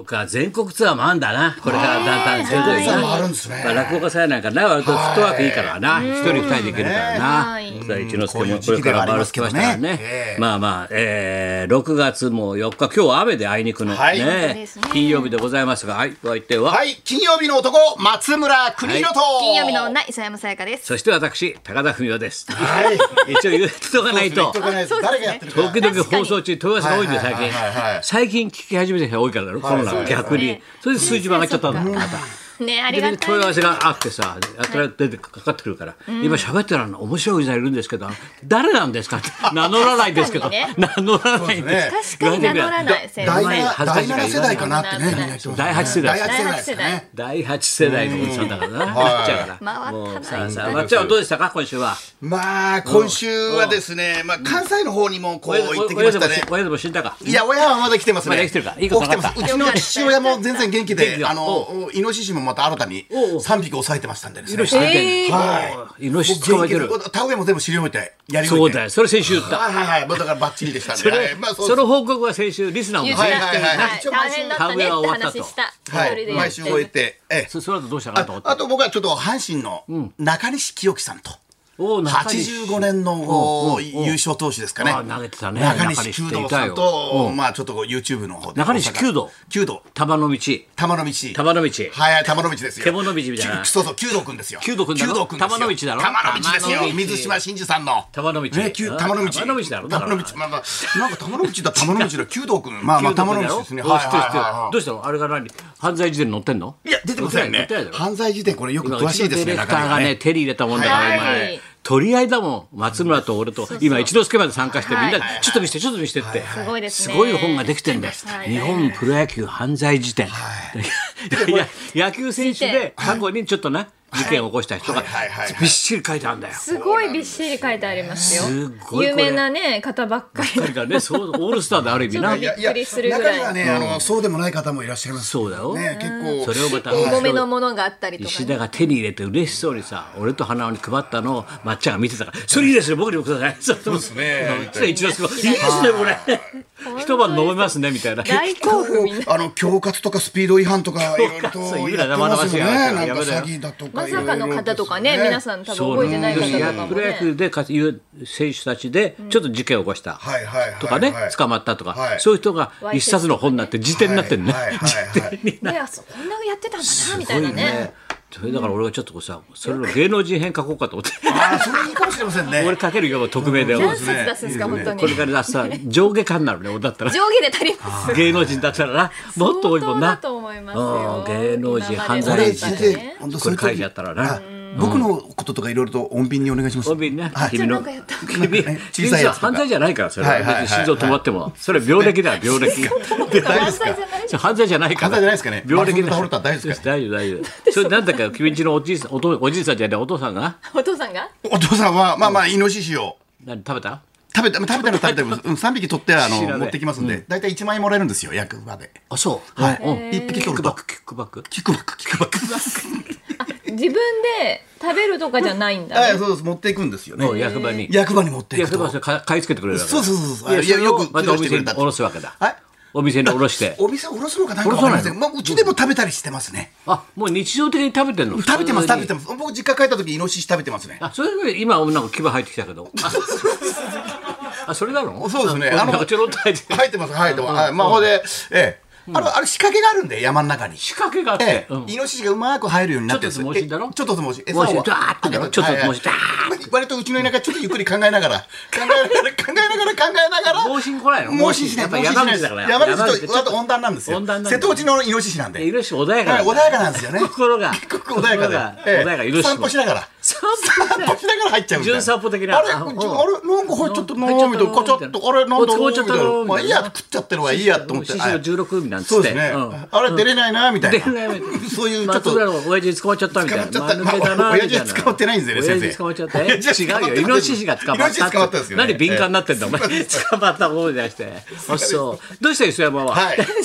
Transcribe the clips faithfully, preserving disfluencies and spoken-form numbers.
そうか、全国ツアーもあんだな。これからだんだん全国ツアーもあるんですね。まあ落語家さえなんかな、割とフットワークいいからな。一人二人できるからな。さあ一之輔もこれから回ってきましたからね。まあまあ、えー、ろくがつもよっか、今日は雨であいにくのね、金曜日でございますが、はい、お相手は。 はい、金曜日の男、松村邦洋と。 金曜日の女、磯山さやかです。 そして私、高田文夫です。はい。一応言っとかないと。 誰がやってるか。 時々放送中、問い合わせが多いんで最近。最近聞き始めた人が多いからだろ、コロナが逆に。それで数字も上がっちゃったんだ、また。 ね、ありがたい。 問い合わせがあってさ、やたら出てかかってくるから、今喋ってるの面白い人いるんですけど、誰なんですかって名乗らないですけど、名乗らないんです。 確かに名乗らない。 だいなな世代かなってね。 だいはち世代。 だいはち世代。 だいはち世代のおじさんだからな。なっちゃうから。もうさあさあ、まっちゃんはどうでしたか今週は。 まあ今週はですね、まあ関西の方にもこう行ってきましたね。 親でも死んだか。 いや親はまだ来てますね。 まだ生きてるか。いいことなかった。 うちの父親も全然元気で、あのイノシシもまた新たにさんびき抑えてましたんでですね。 イノシシはい。イノシシ捕まえてる。 田植えも全部知り終えてやり終えて。 そうだよ。それ先週言った。 はいはいはい。だからバッチリでしたんで。 その報告は先週リスナーもはいはいはい。 大変だったねって話した。 はい。毎週終えて。ええ。 その後どうしたかと思って。 あと僕はちょっと阪神の中西清樹さんと。はちじゅうごねんの優勝投手ですかね。 投げてたね。 中西弓道さんと、まあちょっと YouTube の方で。 中西弓道。 弓道。 玉の道。 玉の道。 玉の道。 はいはい、玉の道ですよ。 獣道みたいな。 そうそう、弓道くんですよ。 弓道くんだろ。玉の道だろ。 玉の道ですよ。水島真司さんの。 玉の道。 ね、玉の道。 玉の道だろ。 玉の道。まあまあ、なんか玉の道だ、玉の道だ、弓道くん。まあまあ、玉の道ですね。はいはい。 どうしたのあれが何犯罪事典載ってんのいや、出てませんね。犯罪事典これよく詳しいですね。 ディレクターがね、手に入れたもんだから今ね。取り合いだもん松村と俺と今一之輔まで参加してみんなちょっと見せてちょっと見せてってすごいですねすごい本ができてんだよ日本プロ野球犯罪辞典いや野球選手で過去にちょっとな事件を起こした人がびっしり書いてあるんだよすごいびっしり書いてありますよ有名なね方ばっかりがねそうオールスターである意味なびっくりするぐらい中にはねあのそうでもない方もいらっしゃいますそうだよね結構それをまた重めのものがあったりとか石田が手に入れて嬉しそうにさ俺と花尾に配ったのをまっちゃんが見てたからそれいいですよ僕にもくださいそうですね一之輔いいですねこれ一晩飲めますねみたいな大興奮みんなあの恐喝とかスピード違反とかいろいろとやってますよねなんか詐欺だとかまさかの方とかね皆さん多分覚えてない方とかもねプロ野球でいう選手たちでちょっと事件を起こしたとかね捕まったとかそういう人が一冊の本になって辞典になってるね辞典になってこんなやってたんだなみたいなねそれだから俺はちょっとさそれの芸能人編書こうかと思ってああそれいいかもしれませんね俺書けるよ匿名で何冊出すんですか本当にこれからさ上下巻になるね俺だったら上下で足ります芸能人だったらなもっと多いもんな相当だと思いますよ芸能人犯罪人これ書いてあったらな僕のこととかいろいろと穏便にお願いします。 穏便ね。君の君小さいやつ犯罪じゃないからそれは別に心臓止まってもそれ病歴だ病歴。 大丈夫ですか。 犯罪じゃないから。 犯罪じゃないですかね。 病歴だ。 倒れたら大丈夫ですか。 大丈夫大丈夫。それなんだか君んちのおじいさんおじいさんじゃないお父さんが。 お父さんが。 お父さんはまあまあイノシシを。 何食べた？ 食べた食べたの食べたのうん三匹取ってあの持ってきますんでだいたい一万円もらえるんですよ役場で。 あそうはい一匹取るとキックバックキックバックキックバック自分で食べるとかじゃないんだはいそうです持っていくんですよね役場に役場に持っていくと役場で買い付けてくれるわけそうそうそういやよくまたお店に下ろすわけだはいお店に下ろしてお店下ろすのかなんかわかりませんまあうちでも食べたりしてますねあもう日常的に食べてんの食べてます食べてます僕実家帰った時イノシシ食べてますねあそれで今なんか牙入ってきたけどあそれなのそうですねあのちょろっと入って入ってます入ってますまあほんでええあのあれ仕掛けがあるんで山の中に仕掛けがあってイノシシがうまく入るようになってるんですちょっとつもしだろちょっとつもしもしダーッてだろちょっとつもしダーッ割とうちの田舎ちょっとゆっくり考えながら考えながら考えながら考えながら猛進来ないの猛進しないやっぱ山口だから山口とあと温暖なんですよ瀬戸内のイノシシなんでイノシシ穏やか穏やかなんですよね心が結構穏やかで穏やかイノシシ散歩しながら散歩しながら入っちゃうみたいな純散歩的なあれあれなんか入っちゃったなーみたいなカチャッとあれなんだろうみたいなまあいいや食っちゃってるわいいやと思って獅子のじゅうろく海なんつってそうですねあれ出れないなみたいなそういうちょっと松浦の親父捕まっちゃったみたいな親父捕まってないんですよね先生親父捕まっちゃった違うよイノシシが捕まった何敏感になってんだお前捕まった方じゃなくてあそうどうした磯山は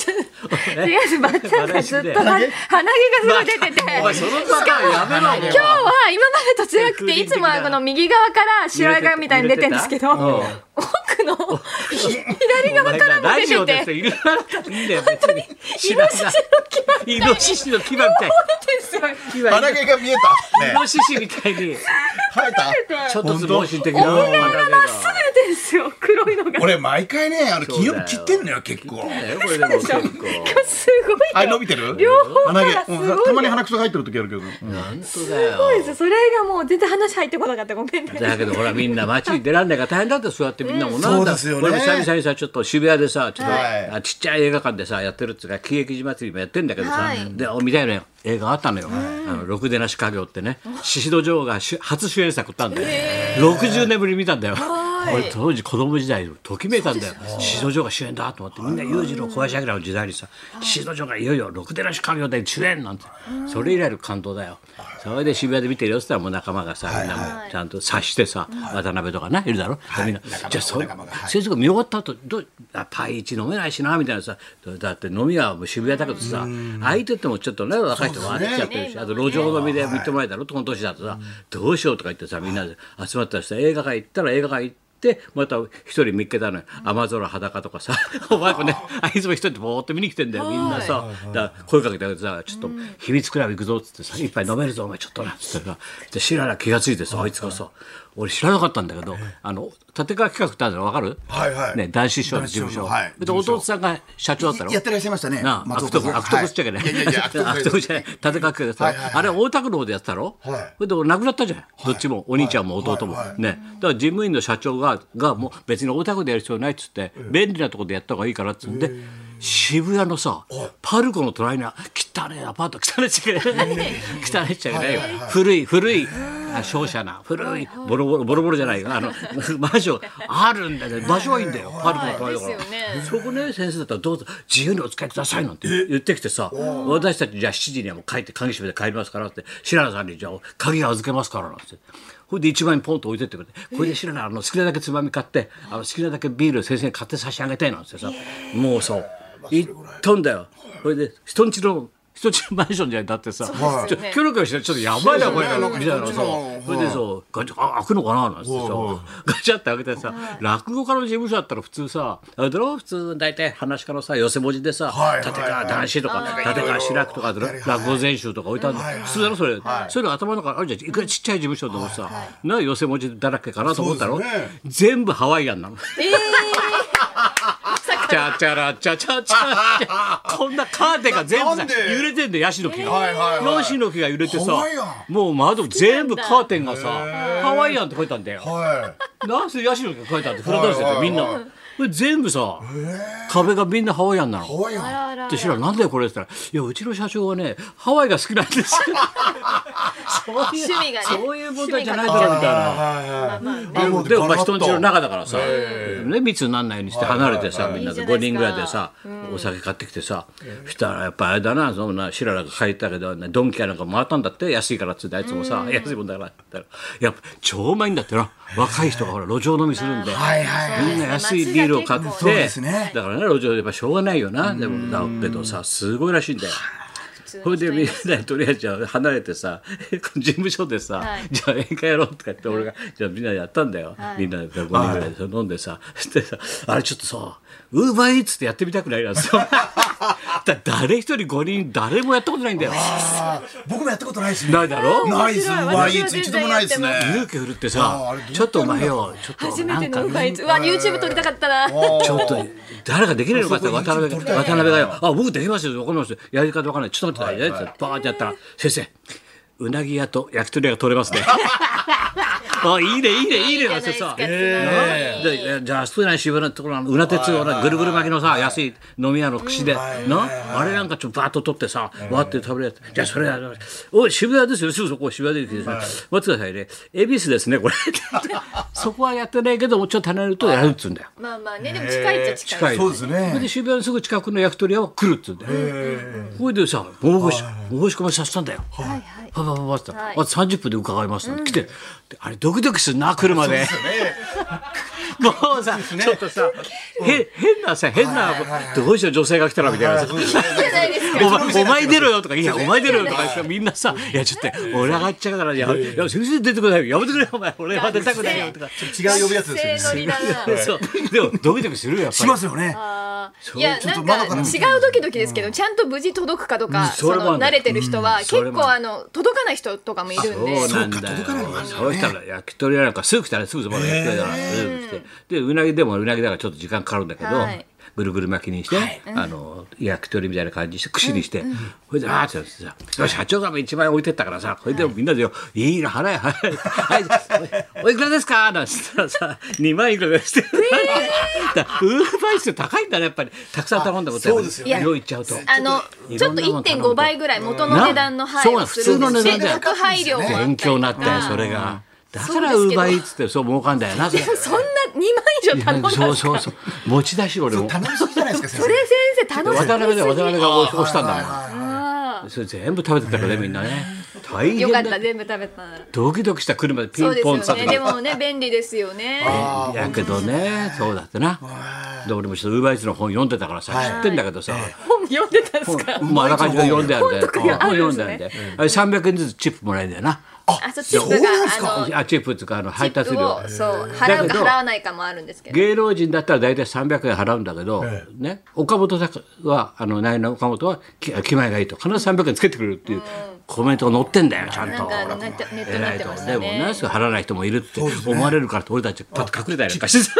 違う、ばっちゃんがずっと鼻毛がすごい出てて、 お前そのパターンやめろ。 今日は今までと違くて、いつもはこの右側から白髪みたいに出てるんですけど、奥の左側からも出てて、 いるいいんだよ別に。イノシシの牙みたい。 鼻毛が見えた。 イノシシみたいに生えた。 ちょっとずつ盲信的な。 お目がまっすぐ出てるんですよ、黒いのが。 俺毎回ね、あの金曜日切ってんのよ結構。 これでも結構。 すごい。 あ、伸びてる？ 両方からすごい。 たまに鼻くそ入ってる時あるけど。 本当だよ。 すごいです。それがもう全然話入ってこなかった。ごめんね。 だけどほらみんな街に出らんないから大変だってそうやってみんなもなんだ。 そうですよね。 俺も久々にさちょっと渋谷でさちょっとちっちゃい映画館でさやってるっつうか喜劇寺祭りもやってんだけどさ、で見たいのよ。映画あったのよ。あのろくでなし家業ってね、宍戸城が初主演作ったんだよ。ろくじゅうねんぶりに見たんだよ。俺当時子供時代ときめいたんだよ。宍戸城が主演だと思って、みんな裕次郎小林明の時代にさ、宍戸城がいよいよろくでなし家業で主演なんて、それ以来の感動だよ。それで渋谷で見てるよって言ったらもう仲間がさ、みんなもちゃんと察してさ、渡辺とかないるだろ。みんなじゃあそれ先生が見終わった後どうパイ一飲めないしなみたいなさ、だって飲みはもう渋谷だけどさ、空いててもちょっとね若い人があっちゃってるし、あと路上飲みで見てもらえたろこの年だとさ、どうしようとか言ってさ、みんなで集まったらさ、映画館行ったら映画館行ってでまた一人見っけたのよ。雨空裸とかさ、お前もねあいつも一人でぼーっと見に来てんだよみんなさ。だから声かけてあげてさ、ちょっと秘密クラブ行くぞっつってさ、一杯飲めるぞお前ちょっとなっつってさ、で知らない気がついてさ、あいつがさ、俺知らなかったんだけど、あの立川企画ってあるの分かる？ はいはい。 ね、男子師匠の事務所。 はい、 で弟さんが社長だったの。 やってらっしゃいましたね。 なあ、悪徳悪徳っちゃいけない。いやいや悪徳じゃない。立川企画でさ、あれ大田区の方でやってたろ。それで亡くなったじゃん。どっちもお兄ちゃんも弟もね。だから事務員の社長ががもう別に大田区でやる必要ないっつって、便利なところでやった方がいいからっつうんで。渋谷のさパルコの隣に汚ねえアパート、汚ねえっちゃいけない汚ねえっちゃいけないよ、古い古い商社な古いボロボロボロボロじゃないあのマンションあるんだけど場所はいいんだよ、パルコの隣だから、そこね先生だったらどうぞ自由にお使いくださいなんて言ってきてさ、私たちじゃあしちじにはもう帰って鍵閉めて帰りますからって、白良さんにじゃあ鍵預けますからなんて。これで一万円ポンと置いてってくれて、これで知らないあの好きなだけつまみ買ってあの好きなだけビール先生に買って差し上げたいなんてさ、もうそう行ったんだよ。これで人んちの人んちのマンションじゃだってさ、ちょキョロキョロしてちょっとやばいなこれみたいなさ、それでそうガチャあ開くのかななんてさ、ガチャって開けてさ、落語家の事務所だったら普通さ、あれだろ普通大体話し家のさ寄せ文字でさ、立川談志とか立川志らくとか落語全集とか置いてあるの普通だろそれ、そういうの頭の中あるじゃん。いくらちっちゃい事務所でもさ、な寄せ文字だらけかなと思ったろ、全部ハワイアンなの。チャチャラチャチャチャこんなカーテンが全部さ揺れてんだよ、ヤシの木が、ヤシの木が揺れてさ、もう窓全部カーテンがさハワイアンって書いたんだよ。なんせヤシの木が書いてあってフラダンスでみんなこれ全部さ壁がみんなハワイアンなの。って知らなんだよこれって言ったら、いやうちの社長はねハワイが好きなんですよ。 趣味がね、 そういう問題じゃないだろみたいな。でもまあ人んちの中だからさ、ね密にならないようにして離れてさ、みんなでごにんぐらいでさお酒買ってきてさ、そしたらやっぱあれだな、そんな白良が帰ったけどドンキやなんか回ったんだって、安いからっつってあいつもさ安いもんだからって言ったら、やっぱ超うまいんだってな。若い人がほら路上飲みするんで、みんな安いビールを買って、だからね路上でやっぱしょうがないよな。でもだけどさすごいらしいんだよ。それでみんなとりあえずじゃあ離れてさ事務所でさ、はい、じゃあ映画やろうとか言って俺がじゃあみんなでやったんだよ、はい、みんなでごにんぐらいで飲んでさ、してさあれちょっとさウーバーイーツってやってみたくないなんですよ。だ誰一人ごにん誰もやったことないんだよ。 僕もやったことないですね。 ないだろ。 ないです。ウーバーイーツ一度もないですね。 勇気振るってさちょっとお前よちょっと初めてのウーバーイーツ、うわ YouTube 撮りたかったな。 ちょっと誰かできないのかって渡辺が渡辺がよ、あ僕できますよ、分かりますよ、やり方分からない、ちょっと待ってくださいねってバーってやったら、先生うなぎ屋と焼き鳥屋が取れますね。あいいねいいねいいねってさ、じゃあ少ない渋谷のところのうな鉄をぐるぐる巻きのさ安い飲み屋の串でな、あれなんかちょっとバーッと取ってさわって食べるやつ、じゃあそれおい渋谷ですよ、すぐそこ渋谷でですね、待ってくださいね、恵比寿ですねこれ。そこはやってないけどもちょっと離れるとやるっつうんだよ。 まあまあね、でも近いっちゃ近い。 そうですね。 それで渋谷のすぐ近くの焼き鳥屋は来るっつうんだよ。これでさ申し込みさせたんだよ。パパパパってあとさんじゅっぷんで伺いますって来て、あれドキドキするな車で。 もうさちょっとさへ変なさ変などうしよう女性が来たらみたいなさお前出ろよとかいやお前出ろよとかみんなさいやちょっと俺上がっちゃうからいや先生出てくださいやめてくれよお前俺は出たくないよとか違う呼ぶやつですよね。 そうでもドキドキするよやっぱりしますよね。 いやなんか違うドキドキですけどちゃんと無事届くかとかその慣れてる人は結構あの届かない人とかもいるんでそうなんだよそうしたら焼き鳥屋なんかすぐ来たらすぐそばで焼き鳥だからすぐ来てでうなぎでもうなぎだからちょっと時間かかるんだけどぐるぐる巻きにして、はい、あの焼き鳥みたいな感じにして串にしてそれであーってさよし社長がいちまん円置いてったからさこれでもみんなでよいいの払え払えはいおいくらですかなんて言ったらさにまんいくらですってウーバーイーツ高いんだねやっぱりたくさん頼んだことや量いっちゃうとあのちょっと いってんご 倍ぐらい元の値段の配をするんですよ特配量も勉強になったよそれが。だからウーバーイーツってそう儲かんだよな。そんなにまん以上頼んだんですか。 そうそうそう持ち出し俺も頼みすぎじゃないですか。 それ先生頼みすぎ。 渡辺で渡辺が押したんだもん。それ全部食べてたからねみんなね。大変よかった全部食べたなら。 ドキドキした車でピンポンさ。 でもね便利ですよね。 やけどねそうだってな。で俺もちょっとウーバーイーツの本読んでたからさ知ってんだけどさ。 本読んでたんですか。 もうあらかじめ読んであるんで。本読んであるんで。あれさんびゃくえんずつチップもらえるんだよな。 あ、そうチップがあのあチップっていうかあの配達料そう払うか払わないかもあるんですけど芸能人だったら大体さんびゃくえん払うんだけど、ええ、ね岡本はあのナイナ岡本は気前がいいと必ずさんびゃくえんつけてくれるっていうコメントが載ってんだよちゃんと。 なんかネットネットになってましたね。 でもねすぐ払わない人もいるって思われるから俺たちパッと隠れたりなんかして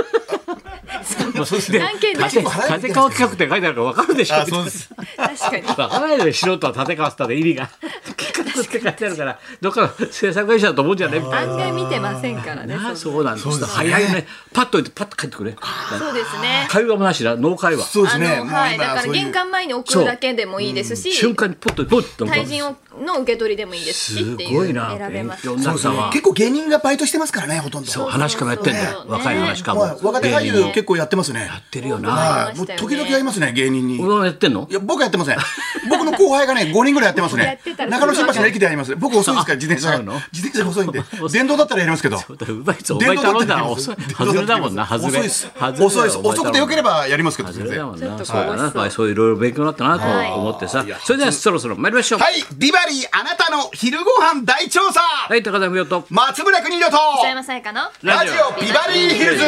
立川企画って書いてあるから分かるでしょ。 あそうです確かに分からないで素人は立川って意味が企画って書いてあるからどっかの制作会社だと思うんじゃないみたいな。 案外見てませんからね。 そうなんです。早いねパッとパッと帰ってくれ。 そうですね。 会話もなしだ脳会話。 そうですね。 はいだから玄関前に置くだけでもいいですし瞬間にポッとポッと対人の受け取りでもいいですしっていう選べます。 結構芸人がバイトしてますからねほとんど。 そう話し家もやってんだよ若い話家も。 若手俳優結構やってますね。 やってるよな。 もう時々やりますね芸人に。 俺もやってんの？ いや僕やってません。僕の後輩がねごにんぐらいやってますね。中野新橋の駅でやります。僕遅いですから自転車が自転車遅いんで電動だったらやりますけど。 お前頼んだら遅い外れだもんな外れ。遅いです遅いです遅くてよければやりますけど。 外れだもんな。そうだなそういろいろ勉強になったなと思ってさ。それではそろそろ参りましょう。 はいビバリーあなたの昼ご飯大調査。 はい高田文夫と松村邦洋と磯山さやかのラジオビバリーヒルズ。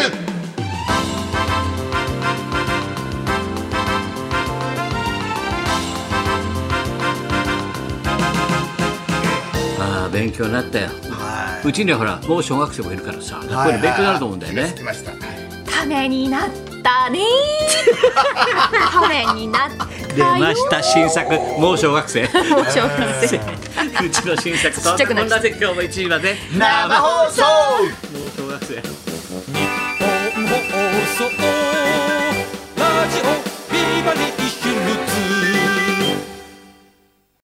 ああ勉強になったよ。うちにはほらもう小学生もいるからさこれ勉強になると思うんだよね。 ためになったねためになった出ました新作もう小学生もう小学生うちの新作ちっちゃくなっちゃった。 今日もいちじまで生放送もう小学生日本放送ラジオビバリー